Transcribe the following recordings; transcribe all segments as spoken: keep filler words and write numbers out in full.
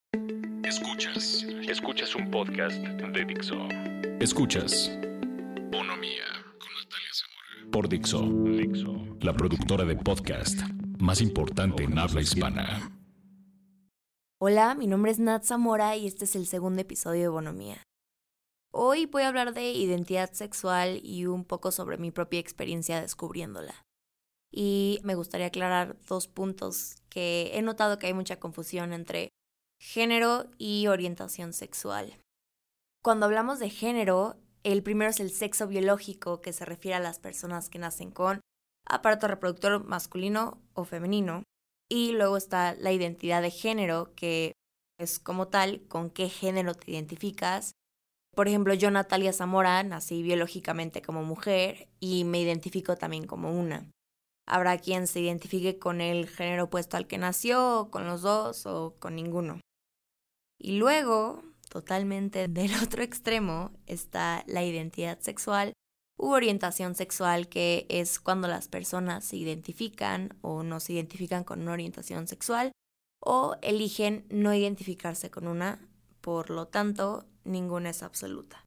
Escuchas, escuchas un podcast de Dixo. Escuchas Bonomía con Natalia Zamora por Dixo, Dixo, la productora de podcast más importante en habla hispana. Hola, mi nombre es Nat Zamora y este es el segundo episodio de Bonomía. Hoy voy a hablar de identidad sexual y un poco sobre mi propia experiencia descubriéndola. Y me gustaría aclarar dos puntos que he notado que hay mucha confusión entre género y orientación sexual. Cuando hablamos de género, el primero es el sexo biológico, que se refiere a las personas que nacen con aparato reproductor masculino o femenino. Y luego está la identidad de género, que es como tal, con qué género te identificas. Por ejemplo, yo, Natalia Zamora, nací biológicamente como mujer y me identifico también como una. Habrá quien se identifique con el género opuesto al que nació, con los dos o con ninguno. Y luego, totalmente del otro extremo, está la identidad sexual u orientación sexual, que es cuando las personas se identifican o no se identifican con una orientación sexual o eligen no identificarse con una, por lo tanto, ninguna es absoluta.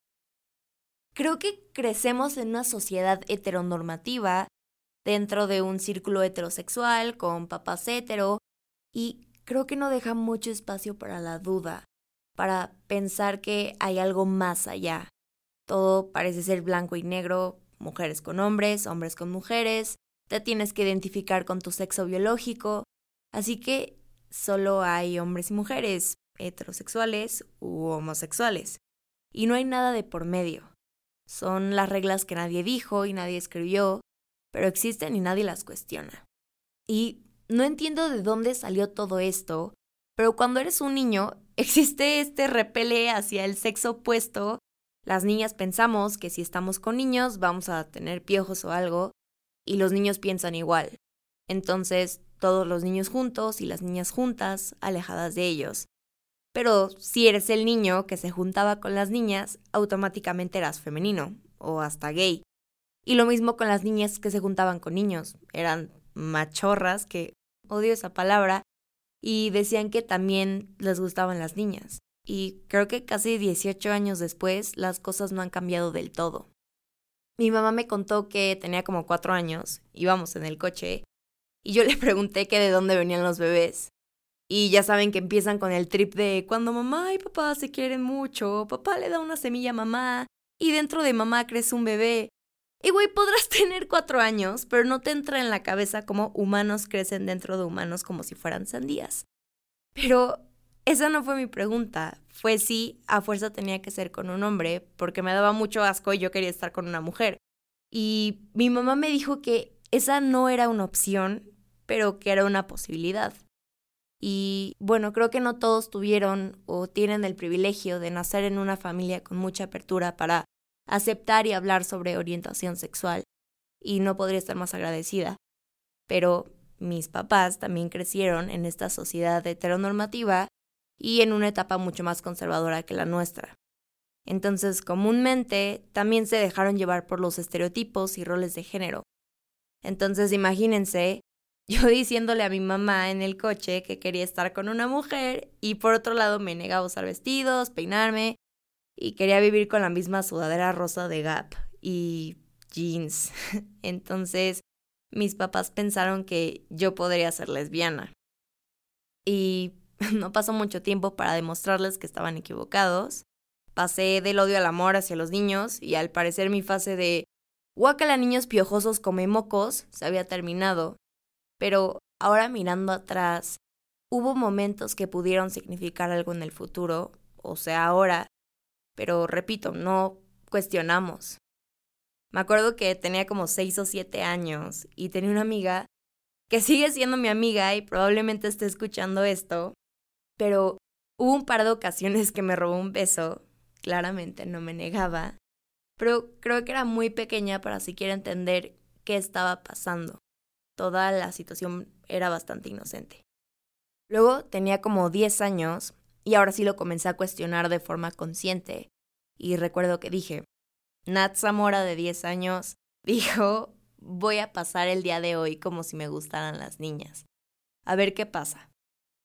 Creo que crecemos en una sociedad heteronormativa dentro de un círculo heterosexual con papás hetero y creo que no deja mucho espacio para la duda, para pensar que hay algo más allá. Todo parece ser blanco y negro, mujeres con hombres, hombres con mujeres, te tienes que identificar con tu sexo biológico, así que solo hay hombres y mujeres, heterosexuales u homosexuales, y no hay nada de por medio. Son las reglas que nadie dijo y nadie escribió, pero existen y nadie las cuestiona. Y no entiendo de dónde salió todo esto, pero cuando eres un niño existe este repele hacia el sexo opuesto. Las niñas pensamos que si estamos con niños vamos a tener piojos o algo, y los niños piensan igual. Entonces, todos los niños juntos y las niñas juntas, alejadas de ellos. Pero si eres el niño que se juntaba con las niñas, automáticamente eras femenino, o hasta gay. Y lo mismo con las niñas que se juntaban con niños, eran machorras, que odio esa palabra, y decían que también les gustaban las niñas. Y creo que casi dieciocho años después las cosas no han cambiado del todo. Mi mamá me contó que tenía como cuatro años, íbamos en el coche, y yo le pregunté que de dónde venían los bebés. Y ya saben que empiezan con el trip de cuando mamá y papá se quieren mucho, papá le da una semilla a mamá, y dentro de mamá crece un bebé. Y güey, podrás tener cuatro años, pero no te entra en la cabeza cómo humanos crecen dentro de humanos como si fueran sandías. Pero esa no fue mi pregunta. Fue si a fuerza tenía que ser con un hombre, porque me daba mucho asco y yo quería estar con una mujer. Y mi mamá me dijo que esa no era una opción, pero que era una posibilidad. Y bueno, creo que no todos tuvieron o tienen el privilegio de nacer en una familia con mucha apertura para aceptar y hablar sobre orientación sexual, y no podría estar más agradecida. Pero mis papás también crecieron en esta sociedad heteronormativa y en una etapa mucho más conservadora que la nuestra. Entonces, comúnmente, también se dejaron llevar por los estereotipos y roles de género. Entonces, imagínense, yo diciéndole a mi mamá en el coche que quería estar con una mujer y por otro lado me negaba a usar vestidos, peinarme y quería vivir con la misma sudadera rosa de Gap y jeans. Entonces, mis papás pensaron que yo podría ser lesbiana. Y no pasó mucho tiempo para demostrarles que estaban equivocados. Pasé del odio al amor hacia los niños y al parecer mi fase de guácala niños piojosos come mocos se había terminado. Pero ahora mirando atrás, hubo momentos que pudieron significar algo en el futuro, o sea ahora, pero repito, no cuestionamos. Me acuerdo que tenía como seis o siete años y tenía una amiga que sigue siendo mi amiga y probablemente esté escuchando esto, pero hubo un par de ocasiones que me robó un beso, claramente no me negaba, pero creo que era muy pequeña para siquiera entender qué estaba pasando. Toda la situación era bastante inocente. Luego tenía como diez años y ahora sí lo comencé a cuestionar de forma consciente. Y recuerdo que dije, Nat Zamora de diez años dijo, voy a pasar el día de hoy como si me gustaran las niñas. A ver qué pasa.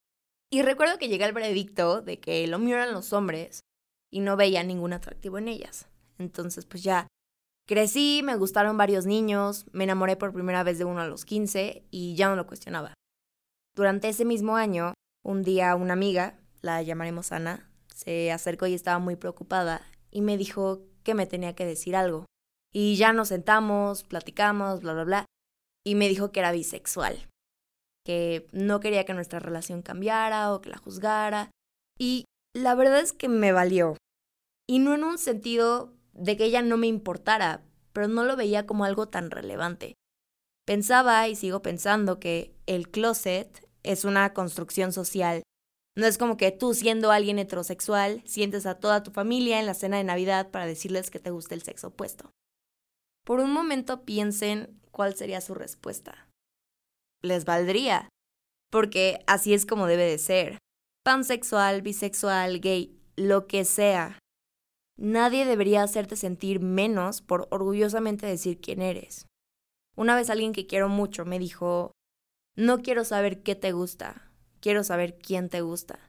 Y recuerdo que llegué al veredicto de que lo mío eran los hombres y no veía ningún atractivo en ellas. Entonces, pues ya crecí, me gustaron varios niños, me enamoré por primera vez de uno a los quince y ya no lo cuestionaba. Durante ese mismo año, un día una amiga, la llamaremos Ana, se acercó y estaba muy preocupada y me dijo que me tenía que decir algo. Y ya nos sentamos, platicamos, bla, bla, bla, y me dijo que era bisexual, que no quería que nuestra relación cambiara o que la juzgara. Y la verdad es que me valió. Y no en un sentido de que ella no me importara, pero no lo veía como algo tan relevante. Pensaba y sigo pensando que el closet es una construcción social. No es como que tú, siendo alguien heterosexual, sientes a toda tu familia en la cena de Navidad para decirles que te gusta el sexo opuesto. Por un momento piensen cuál sería su respuesta. Les valdría, porque así es como debe de ser. Pansexual, bisexual, gay, lo que sea. Nadie debería hacerte sentir menos por orgullosamente decir quién eres. Una vez alguien que quiero mucho me dijo, no quiero saber qué te gusta, quiero saber quién te gusta.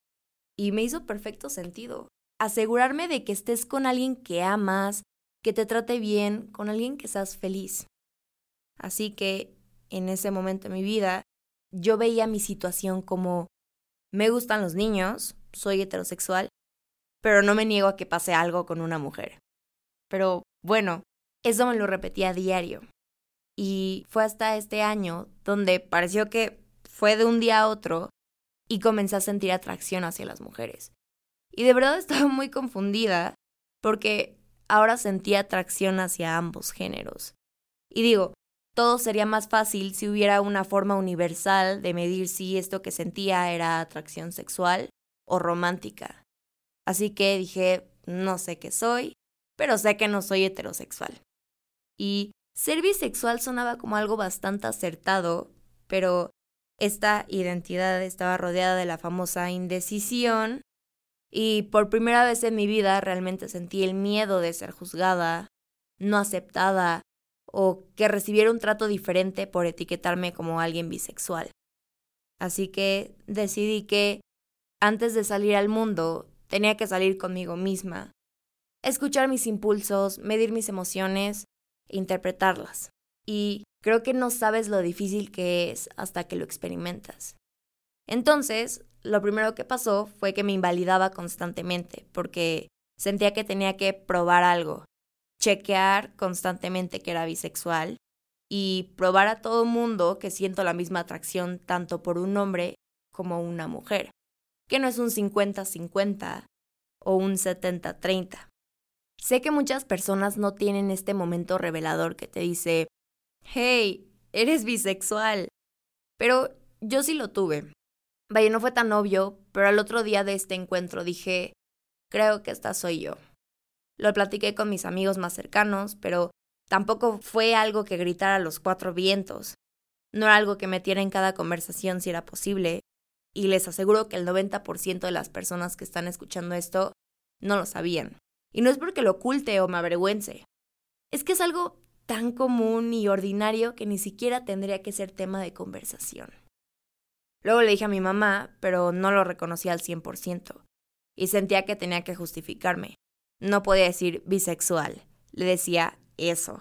Y me hizo perfecto sentido. Asegurarme de que estés con alguien que amas, que te trate bien, con alguien que seas feliz. Así que, en ese momento de mi vida, yo veía mi situación como, me gustan los niños, soy heterosexual, pero no me niego a que pase algo con una mujer. Pero, bueno, eso me lo repetía a diario. Y fue hasta este año donde pareció que fue de un día a otro y comencé a sentir atracción hacia las mujeres. Y de verdad estaba muy confundida porque ahora sentía atracción hacia ambos géneros. Y digo, todo sería más fácil si hubiera una forma universal de medir si esto que sentía era atracción sexual o romántica. Así que dije, no sé qué soy, pero sé que no soy heterosexual. Y ser bisexual sonaba como algo bastante acertado, pero esta identidad estaba rodeada de la famosa indecisión y por primera vez en mi vida realmente sentí el miedo de ser juzgada, no aceptada o que recibiera un trato diferente por etiquetarme como alguien bisexual. Así que decidí que antes de salir al mundo tenía que salir conmigo misma, escuchar mis impulsos, medir mis emociones e interpretarlas. Y creo que no sabes lo difícil que es hasta que lo experimentas. Entonces, lo primero que pasó fue que me invalidaba constantemente porque sentía que tenía que probar algo, chequear constantemente que era bisexual y probar a todo mundo que siento la misma atracción tanto por un hombre como una mujer, que no es un cincuenta cincuenta o un setenta treinta. Sé que muchas personas no tienen este momento revelador que te dice, hey, eres bisexual, pero yo sí lo tuve. Vaya, no fue tan obvio, pero al otro día de este encuentro dije, creo que esta soy yo. Lo platiqué con mis amigos más cercanos, pero tampoco fue algo que gritara a los cuatro vientos. No era algo que metiera en cada conversación si era posible, y les aseguro que el noventa por ciento de las personas que están escuchando esto no lo sabían. Y no es porque lo oculte o me avergüence. Es que es algo tan común y ordinario que ni siquiera tendría que ser tema de conversación. Luego le dije a mi mamá, pero no lo reconocía al cien por ciento. Y sentía que tenía que justificarme. No podía decir bisexual. Le decía eso.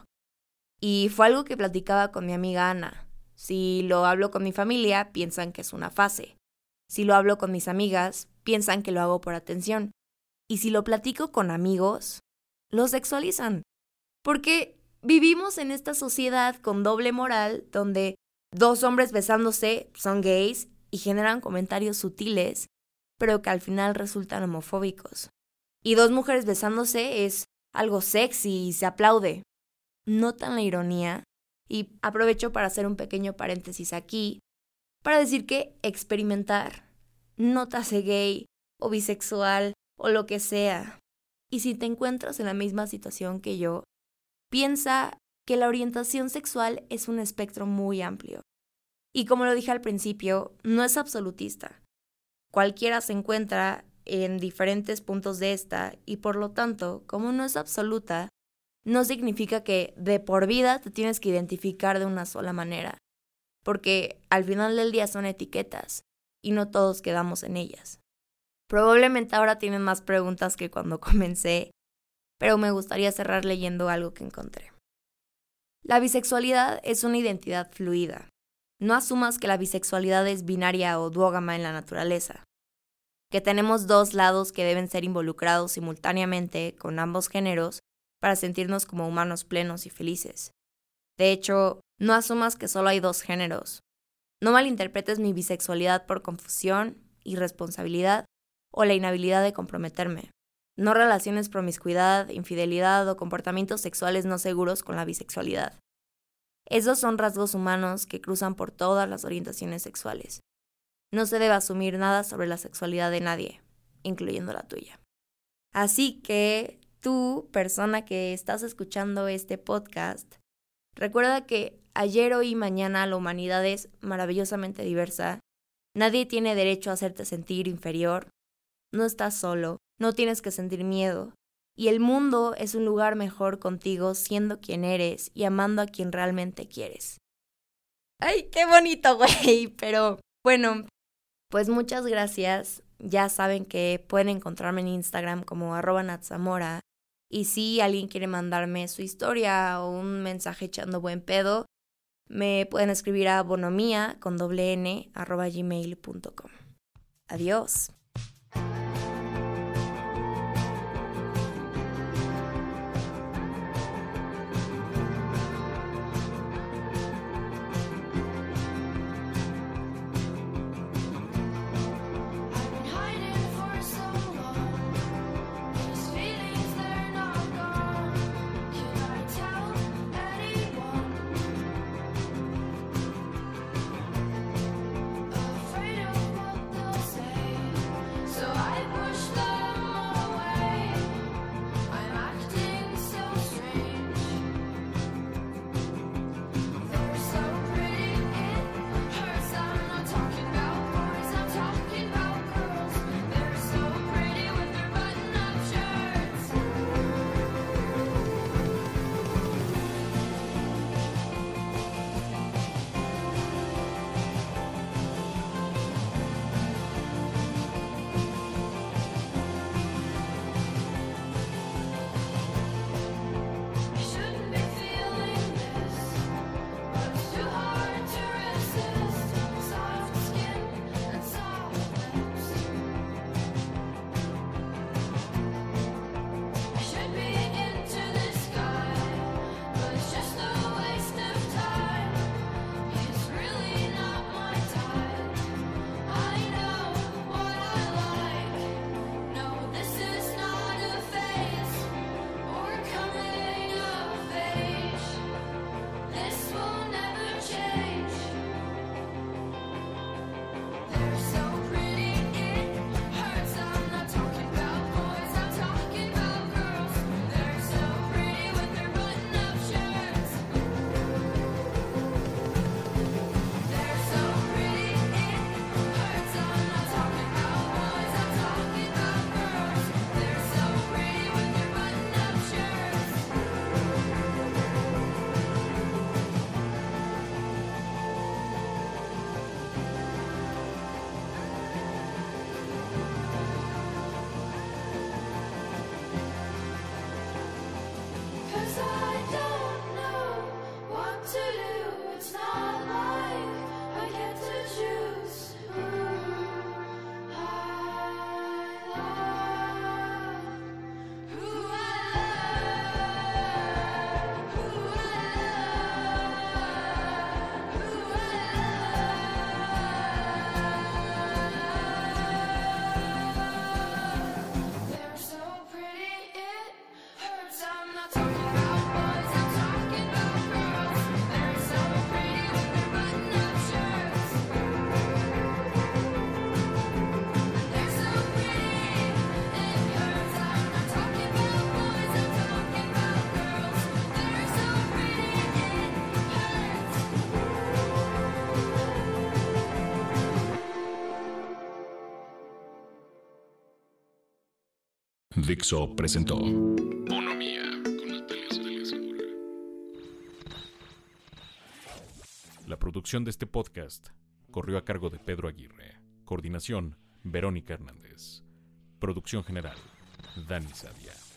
Y fue algo que platicaba con mi amiga Ana. Si lo hablo con mi familia, piensan que es una fase. Si lo hablo con mis amigas, piensan que lo hago por atención. Y si lo platico con amigos, lo sexualizan. Porque vivimos en esta sociedad con doble moral donde dos hombres besándose son gays y generan comentarios sutiles, pero que al final resultan homofóbicos. Y dos mujeres besándose es algo sexy y se aplaude. ¿Notan la ironía? Y aprovecho para hacer un pequeño paréntesis aquí, para decir que experimentar no te hace gay o bisexual o lo que sea. Y si te encuentras en la misma situación que yo, piensa que la orientación sexual es un espectro muy amplio. Y como lo dije al principio, no es absolutista. Cualquiera se encuentra en diferentes puntos de esta y por lo tanto, como no es absoluta, no significa que de por vida te tienes que identificar de una sola manera. Porque al final del día son etiquetas y no todos quedamos en ellas. Probablemente ahora tienen más preguntas que cuando comencé, pero me gustaría cerrar leyendo algo que encontré. La bisexualidad es una identidad fluida. No asumas que la bisexualidad es binaria o duógama en la naturaleza, que tenemos dos lados que deben ser involucrados simultáneamente con ambos géneros para sentirnos como humanos plenos y felices. De hecho, no asumas que solo hay dos géneros. No malinterpretes mi bisexualidad por confusión, irresponsabilidad o la inhabilidad de comprometerme. No relaciones promiscuidad, infidelidad o comportamientos sexuales no seguros con la bisexualidad. Esos son rasgos humanos que cruzan por todas las orientaciones sexuales. No se debe asumir nada sobre la sexualidad de nadie, incluyendo la tuya. Así que tú, persona que estás escuchando este podcast, recuerda que ayer, hoy y mañana la humanidad es maravillosamente diversa. Nadie tiene derecho a hacerte sentir inferior. No estás solo, no tienes que sentir miedo. Y el mundo es un lugar mejor contigo siendo quien eres y amando a quien realmente quieres. ¡Ay, qué bonito, güey! Pero bueno, pues muchas gracias. Ya saben que pueden encontrarme en Instagram como arroba natzamora. Y si alguien quiere mandarme su historia o un mensaje echando buen pedo, me pueden escribir a bonomía con doble n arroba gmail punto com. Adiós. Dixo presentó Bonomía con Natalia Zamora. La producción de este podcast corrió a cargo de Pedro Aguirre. Coordinación, Verónica Hernández. Producción general, Dani Sadia.